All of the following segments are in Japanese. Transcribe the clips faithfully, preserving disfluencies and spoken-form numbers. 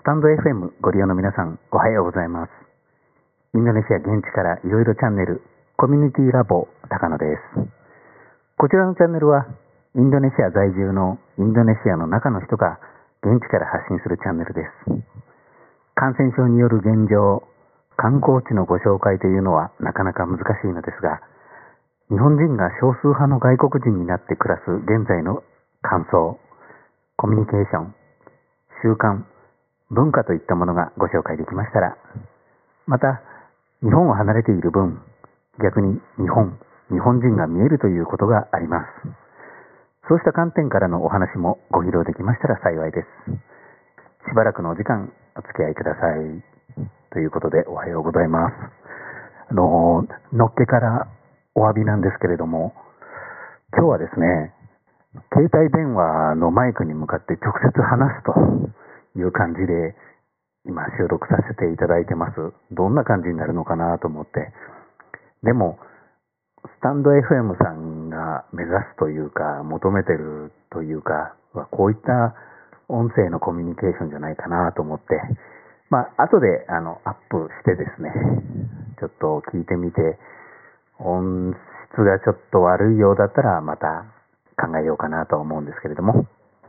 タンド エフエム ご利用の皆さん、おはようございます。インドネシア現地からいろいろチャンネル、コミュニティラボ高野です。こちらのチャンネルは、インドネシア在住のインドネシアの中の人が現地から発信するチャンネルです。感染症による現状、観光地のご紹介というのはなかなか難しいのですが、日本人が少数派の外国人になって暮らす現在の感想、コミュニケーション、習慣、文化といったものがご紹介できましたら、また日本を離れている分、逆に日本、日本人が見えるということがあります。そうした観点からのお話もご披露できましたら幸いです。しばらくのお時間お付き合いください。ということでおはようございます。あの、のっけからお詫びなんですけれども、今日はですね、携帯電話のマイクに向かって直接話すという感じで今収録させていただいてます。どんな感じになるのかなと思って。でもスタンド エフエム さんが目指すというか求めてるというかはこういった音声のコミュニケーションじゃないかなと思って、まあ後であのアップしてですね、ちょっと聞いてみて音質がちょっと悪いようだったらまた考えようかなと思うんですけれども、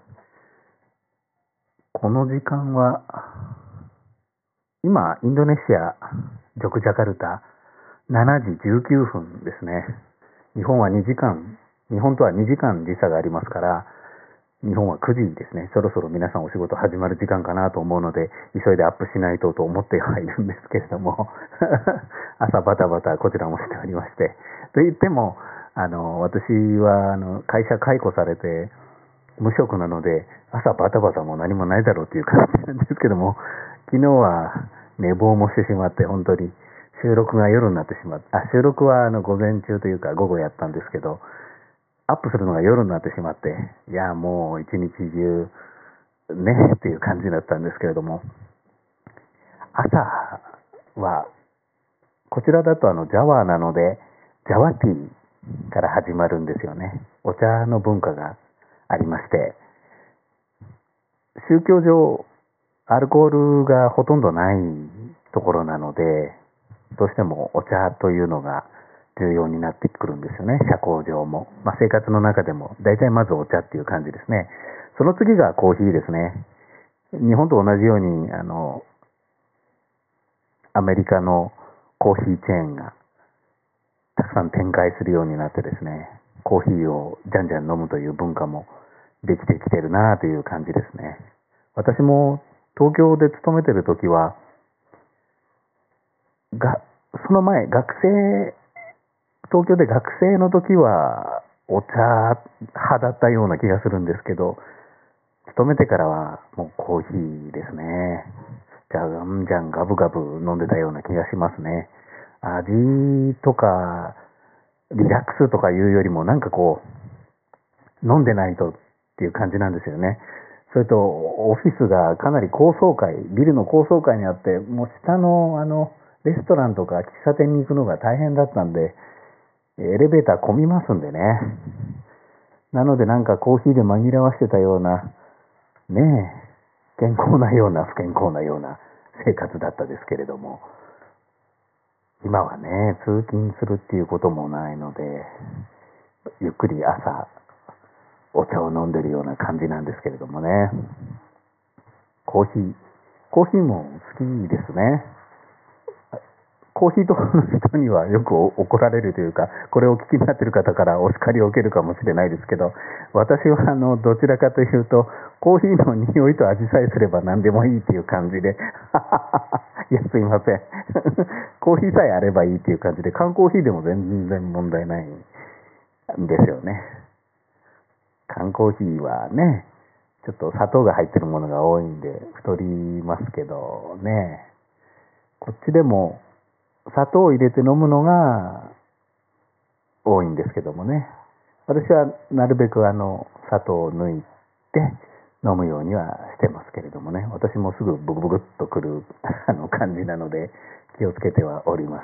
この時間は今インドネシアジョクジャカルタしちじじゅうきゅうふんですね。日本はにじかん、日本とはにじかん時差がありますから、日本はくじですね。そろそろ皆さんお仕事始まる時間かなと思うので、急いでアップしないとと思ってはいるんですけれども、朝バタバタこちらもしておりまして。と言っても、あの、私はあの会社解雇されて無職なので、朝バタバタも何もないだろうという感じなんですけども、昨日は寝坊もしてしまって、本当に収録が夜になってしまって、あ、収録はあの午前中というか午後やったんですけど、アップするのが夜になってしまって、いやもう一日中ねっていう感じだったんですけれども、朝はこちらだとあのジャワなのでジャワティーから始まるんですよね。お茶の文化がありまして、宗教上アルコールがほとんどないところなので、どうしてもお茶というのが重要になってくるんですよね。社交上も、まあ、生活の中でも大体まずお茶っていう感じですね。その次がコーヒーですね。日本と同じようにあのアメリカのコーヒーチェーンがたくさん展開するようになってですね、コーヒーをじゃんじゃん飲むという文化もできてきてるなという感じですね。私も東京で勤めてる時はがその前学生東京で学生の時はお茶派だったような気がするんですけど、勤めてからはもうコーヒーですね。じゃんじゃんガブガブ飲んでたような気がしますね。味とかリラックスとかいうよりもなんかこう飲んでないとっていう感じなんですよね。それとオフィスがかなり高層階、ビルの高層階にあって、もう下のあのレストランとか喫茶店に行くのが大変だったんで、エレベーター混みますんでね。なのでなんかコーヒーで紛らわしてたような、ねえ、健康なような不健康なような生活だったですけれども、今はね、通勤するっていうこともないので、ゆっくり朝、お茶を飲んでるような感じなんですけれどもね。コーヒー、コーヒーも好きですね。コーヒー党の人にはよく怒られるというか、これをお聞きになっている方からお叱りを受けるかもしれないですけど、私はあのどちらかというとコーヒーの匂いと味さえすれば何でもいいっていう感じでいやすいませんコーヒーさえあればいいっていう感じで、缶コーヒーでも全然問題ないんですよね。缶コーヒーはね、ちょっと砂糖が入ってるものが多いんで太りますけどね、こっちでも砂糖を入れて飲むのが多いんですけどもね、私はなるべくあの砂糖を抜いて飲むようにはしてますけれどもね、私もすぐブクブクっとくるあの感じなので気をつけてはおります。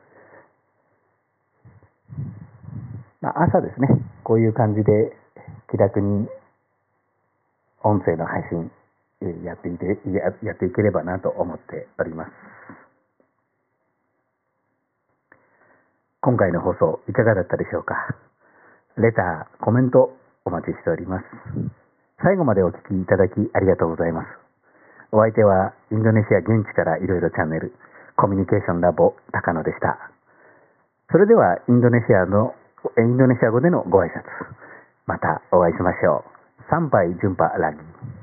まあ、朝ですね、こういう感じで気楽に音声の配信えーやっていてや、やっていければなと思っております。今回の放送いかがだったでしょうか。レター、コメントお待ちしております。最後までお聞きいただきありがとうございます。お相手はインドネシア現地からいろいろチャンネルコミュニケーションラボ高野でした。それではインドネシアのインドネシア語でのご挨拶、またお会いしましょう。サンパイジュンパラギ。